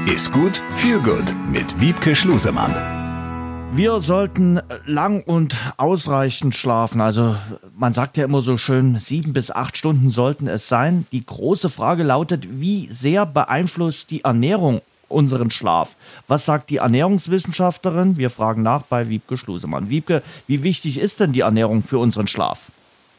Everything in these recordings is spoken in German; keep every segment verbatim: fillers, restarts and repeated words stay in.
Ist gut, viel gut mit Wiebke Schlusemann. Wir sollten lang und ausreichend schlafen. Also man sagt ja immer so schön, sieben bis acht Stunden sollten es sein. Die große Frage lautet, wie sehr beeinflusst die Ernährung unseren Schlaf? Was sagt die Ernährungswissenschaftlerin? Wir fragen nach bei Wiebke Schlusemann. Wiebke, wie wichtig ist denn die Ernährung für unseren Schlaf?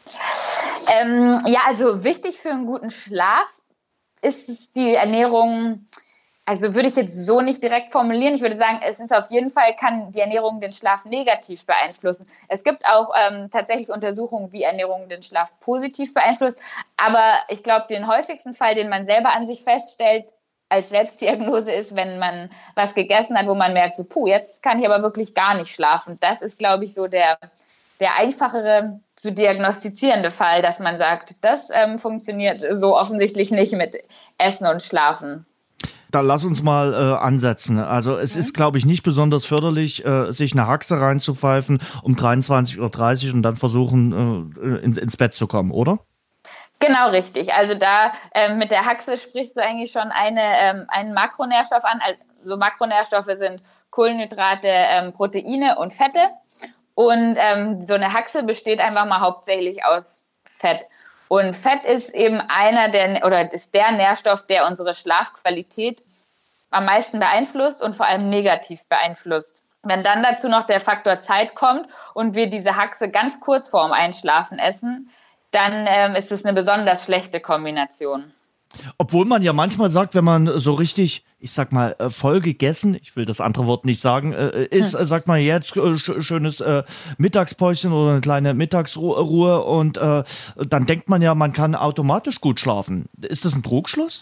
Ähm, ja, also wichtig für einen guten Schlaf ist es die Ernährung. Also würde ich jetzt so nicht direkt formulieren. Ich würde sagen, es ist auf jeden Fall, kann die Ernährung den Schlaf negativ beeinflussen. Es gibt auch ähm, tatsächlich Untersuchungen, wie Ernährung den Schlaf positiv beeinflusst. Aber ich glaube, den häufigsten Fall, den man selber an sich feststellt, als Selbstdiagnose ist, wenn man was gegessen hat, wo man merkt, so, puh, jetzt kann ich aber wirklich gar nicht schlafen. Das ist, glaube ich, so der, der einfachere zu diagnostizierende Fall, dass man sagt, das ähm, funktioniert so offensichtlich nicht mit Essen und Schlafen. Da lass uns mal äh, ansetzen. Also es mhm. ist, glaube ich, nicht besonders förderlich, äh, sich eine Haxe reinzupfeifen um dreiundzwanzig Uhr dreißig und dann versuchen, äh, in, ins Bett zu kommen, oder? Genau, richtig. Also da ähm, mit der Haxe sprichst du eigentlich schon eine, ähm, einen Makronährstoff an. Also Makronährstoffe sind Kohlenhydrate, ähm, Proteine und Fette. Und ähm, so eine Haxe besteht einfach mal hauptsächlich aus Fett. Und Fett ist eben einer der, oder ist der Nährstoff, der unsere Schlafqualität am meisten beeinflusst und vor allem negativ beeinflusst. Wenn dann dazu noch der Faktor Zeit kommt und wir diese Haxe ganz kurz vorm Einschlafen essen, dann ähm, ist es eine besonders schlechte Kombination. Obwohl man ja manchmal sagt, wenn man so richtig, ich sag mal, voll gegessen, ich will das andere Wort nicht sagen, äh, ist, hm. sagt man jetzt äh, schönes äh, Mittagspäuschen oder eine kleine Mittagsruhe und äh, dann denkt man ja, man kann automatisch gut schlafen. Ist das ein Trugschluss?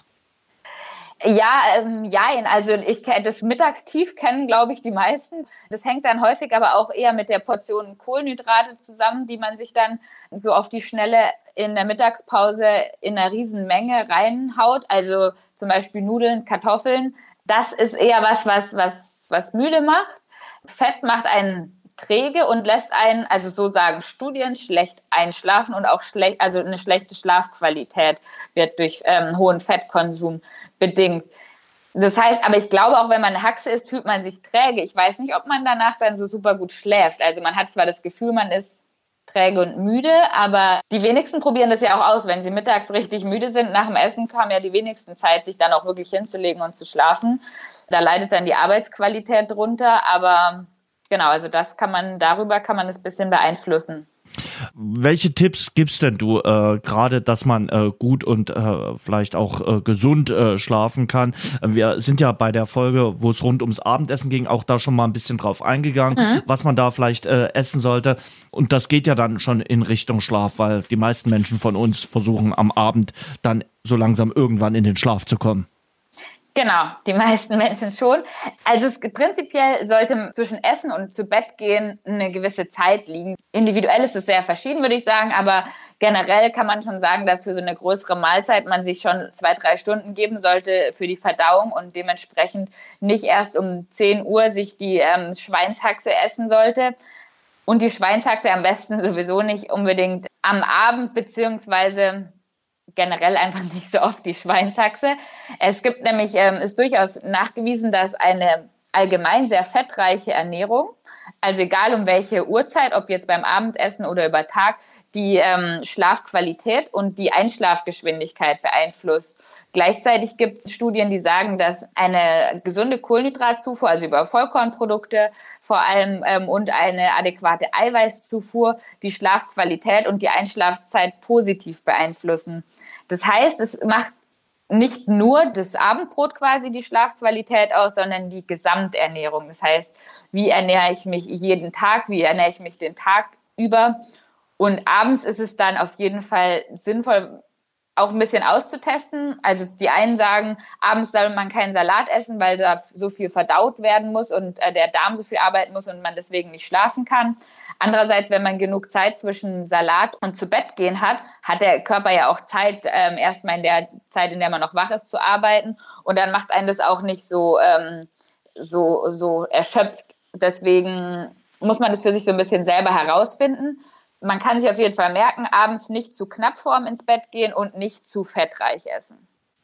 Ja, ähm, jein. Also ich das Mittagstief kennen, glaube ich, die meisten. Das hängt dann häufig aber auch eher mit der Portion Kohlenhydrate zusammen, die man sich dann so auf die Schnelle in der Mittagspause in einer riesen Menge reinhaut. Also zum Beispiel Nudeln, Kartoffeln. Das ist eher was, was, was, was müde macht. Fett macht einen träge und lässt einen, also so sagen Studien, schlecht einschlafen und auch schlecht, also eine schlechte Schlafqualität wird durch ähm, hohen Fettkonsum bedingt. Das heißt, aber ich glaube auch, wenn man eine Haxe isst, fühlt man sich träge. Ich weiß nicht, ob man danach dann so super gut schläft. Also man hat zwar das Gefühl, man ist träge und müde, aber die wenigsten probieren das ja auch aus. Wenn sie mittags richtig müde sind, nach dem Essen kam ja die wenigsten Zeit, sich dann auch wirklich hinzulegen und zu schlafen. Da leidet dann die Arbeitsqualität drunter, aber genau, also das kann man, darüber kann man es ein bisschen beeinflussen. Welche Tipps gibst denn du äh, gerade, dass man äh, gut und äh, vielleicht auch äh, gesund äh, schlafen kann? Wir sind ja bei der Folge, wo es rund ums Abendessen ging, auch da schon mal ein bisschen drauf eingegangen, mhm. was man da vielleicht äh, essen sollte. Und das geht ja dann schon in Richtung Schlaf, weil die meisten Menschen von uns versuchen am Abend dann so langsam irgendwann in den Schlaf zu kommen. Genau, die meisten Menschen schon. Also es, prinzipiell sollte zwischen Essen und zu Bett gehen eine gewisse Zeit liegen. Individuell ist es sehr verschieden, würde ich sagen, aber generell kann man schon sagen, dass für so eine größere Mahlzeit man sich schon zwei, drei Stunden geben sollte für die Verdauung und dementsprechend nicht erst um zehn Uhr sich die ähm, Schweinshaxe essen sollte. Und die Schweinshaxe am besten sowieso nicht unbedingt am Abend beziehungsweise generell einfach nicht so oft die Schweinshaxe. Es gibt nämlich, ähm, ist durchaus nachgewiesen, dass eine allgemein sehr fettreiche Ernährung, also egal um welche Uhrzeit, ob jetzt beim Abendessen oder über Tag, die ähm, Schlafqualität und die Einschlafgeschwindigkeit beeinflusst. Gleichzeitig gibt es Studien, die sagen, dass eine gesunde Kohlenhydratzufuhr, also über Vollkornprodukte vor allem, ähm, und eine adäquate Eiweißzufuhr die Schlafqualität und die Einschlafzeit positiv beeinflussen. Das heißt, es macht nicht nur das Abendbrot quasi die Schlafqualität aus, sondern die Gesamternährung. Das heißt, wie ernähre ich mich jeden Tag, wie ernähre ich mich den Tag über? Und abends ist es dann auf jeden Fall sinnvoll, auch ein bisschen auszutesten. Also die einen sagen, abends soll man keinen Salat essen, weil da so viel verdaut werden muss und äh, der Darm so viel arbeiten muss und man deswegen nicht schlafen kann. Andererseits, wenn man genug Zeit zwischen Salat und zu Bett gehen hat, hat der Körper ja auch Zeit, ähm, erstmal in der Zeit, in der man noch wach ist, zu arbeiten. Und dann macht einen das auch nicht so, ähm, so, so erschöpft. Deswegen muss man das für sich so ein bisschen selber herausfinden. Man kann sich auf jeden Fall merken, abends nicht zu knapp vorm ins Bett gehen und nicht zu fettreich essen.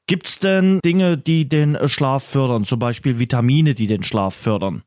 Gibt es denn Dinge, die den Schlaf fördern, zum Beispiel Vitamine, die den Schlaf fördern?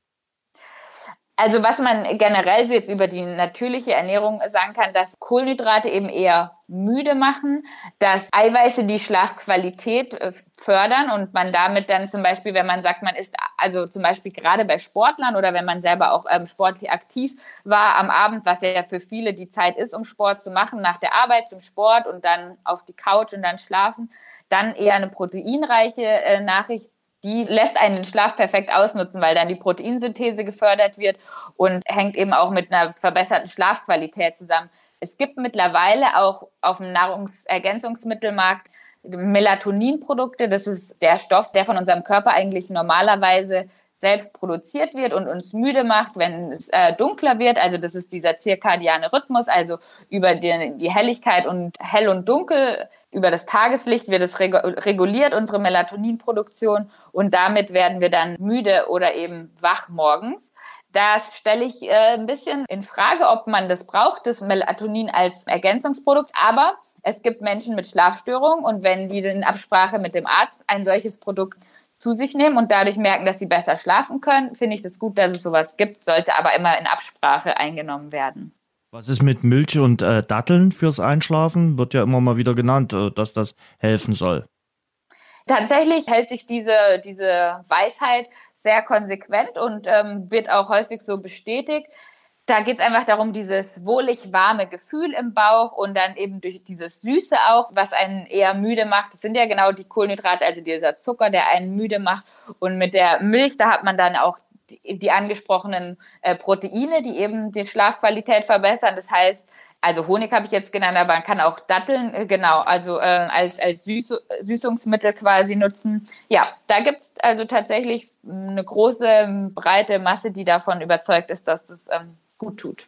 Also was man generell so jetzt über die natürliche Ernährung sagen kann, dass Kohlenhydrate eben eher müde machen, dass Eiweiße die Schlafqualität fördern und man damit dann zum Beispiel, wenn man sagt, man ist also zum Beispiel gerade bei Sportlern oder wenn man selber auch ähm, sportlich aktiv war am Abend, was ja für viele die Zeit ist, um Sport zu machen, nach der Arbeit zum Sport und dann auf die Couch und dann schlafen, dann eher eine proteinreiche äh, Nachricht. Die lässt einen den Schlaf perfekt ausnutzen, weil dann die Proteinsynthese gefördert wird und hängt eben auch mit einer verbesserten Schlafqualität zusammen. Es gibt mittlerweile auch auf dem Nahrungsergänzungsmittelmarkt Melatoninprodukte. Das ist der Stoff, der von unserem Körper eigentlich normalerweise selbst produziert wird und uns müde macht, wenn es äh, dunkler wird. Also das ist dieser zirkadiane Rhythmus, also über die, die Helligkeit und hell und dunkel, über das Tageslicht wird es reguliert, unsere Melatoninproduktion, und damit werden wir dann müde oder eben wach morgens. Das stelle ich äh, ein bisschen in Frage, ob man das braucht, das Melatonin als Ergänzungsprodukt. Aber es gibt Menschen mit Schlafstörungen und wenn die in Absprache mit dem Arzt ein solches Produkt zu sich nehmen und dadurch merken, dass sie besser schlafen können, finde ich das gut, dass es sowas gibt, sollte aber immer in Absprache eingenommen werden. Was ist mit Milch und äh, Datteln fürs Einschlafen? Wird ja immer mal wieder genannt, äh, dass das helfen soll. Tatsächlich hält sich diese, diese Weisheit sehr konsequent und ähm, wird auch häufig so bestätigt. Da geht es einfach darum, dieses wohlig warme Gefühl im Bauch und dann eben durch dieses Süße auch, was einen eher müde macht. Das sind ja genau die Kohlenhydrate, also dieser Zucker, der einen müde macht. Und mit der Milch, da hat man dann auch die, die angesprochenen äh, Proteine, die eben die Schlafqualität verbessern. Das heißt, also Honig habe ich jetzt genannt, aber man kann auch Datteln, äh, genau, also äh, als, als Süß, Süßungsmittel quasi nutzen. Ja, da gibt es also tatsächlich eine große, breite Masse, die davon überzeugt ist, dass das ähm, gut tut.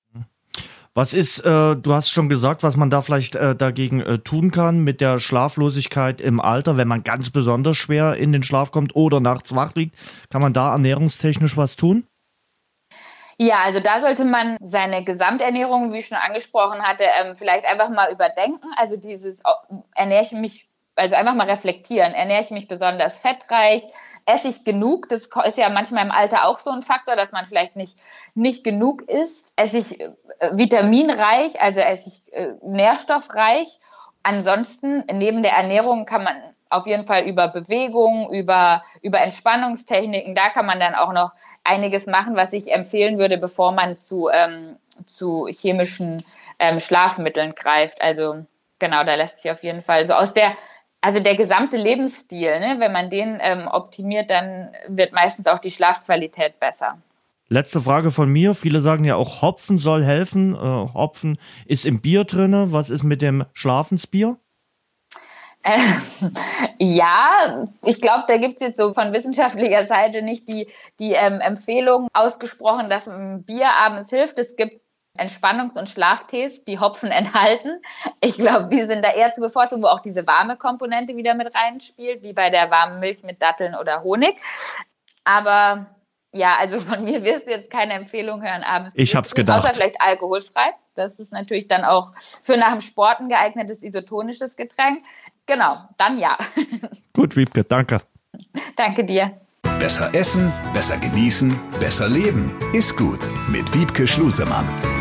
Was ist, äh, du hast schon gesagt, was man da vielleicht äh, dagegen äh, tun kann mit der Schlaflosigkeit im Alter, wenn man ganz besonders schwer in den Schlaf kommt oder nachts wach liegt. Kann man da ernährungstechnisch was tun? Ja, also da sollte man seine Gesamternährung, wie ich schon angesprochen hatte, ähm, vielleicht einfach mal überdenken. Also dieses, ernähre ich mich, also einfach mal reflektieren. Ernähre ich mich besonders fettreich? Esse ich genug? Das ist ja manchmal im Alter auch so ein Faktor, dass man vielleicht nicht, nicht genug isst. Esse ich äh, vitaminreich, also esse ich äh, nährstoffreich? Ansonsten, neben der Ernährung kann man auf jeden Fall über Bewegung, über, über Entspannungstechniken, da kann man dann auch noch einiges machen, was ich empfehlen würde, bevor man zu, ähm, zu chemischen ähm, Schlafmitteln greift. Also genau, da lässt sich auf jeden Fall so aus der, also der gesamte Lebensstil, ne, wenn man den ähm, optimiert, dann wird meistens auch die Schlafqualität besser. Letzte Frage von mir. Viele sagen ja auch, Hopfen soll helfen. Äh, Hopfen ist im Bier drin. Was ist mit dem Schlafensbier? Äh, ja, ich glaube, da gibt es jetzt so von wissenschaftlicher Seite nicht die, die ähm, Empfehlung ausgesprochen, dass ein Bier abends hilft. Es gibt Entspannungs- und Schlaftees, die Hopfen enthalten. Ich glaube, die sind da eher zu bevorzugen, wo auch diese warme Komponente wieder mit reinspielt, wie bei der warmen Milch mit Datteln oder Honig. Aber ja, also von mir wirst du jetzt keine Empfehlung hören, abends. Ich hab's gedacht. Außer vielleicht alkoholfrei. Das ist natürlich dann auch für nach dem Sport ein geeignetes isotonisches Getränk. Genau, dann ja. Gut, Wiebke, danke. Danke dir. Besser essen, besser genießen, besser leben. Ist gut mit Wiebke Schlusemann.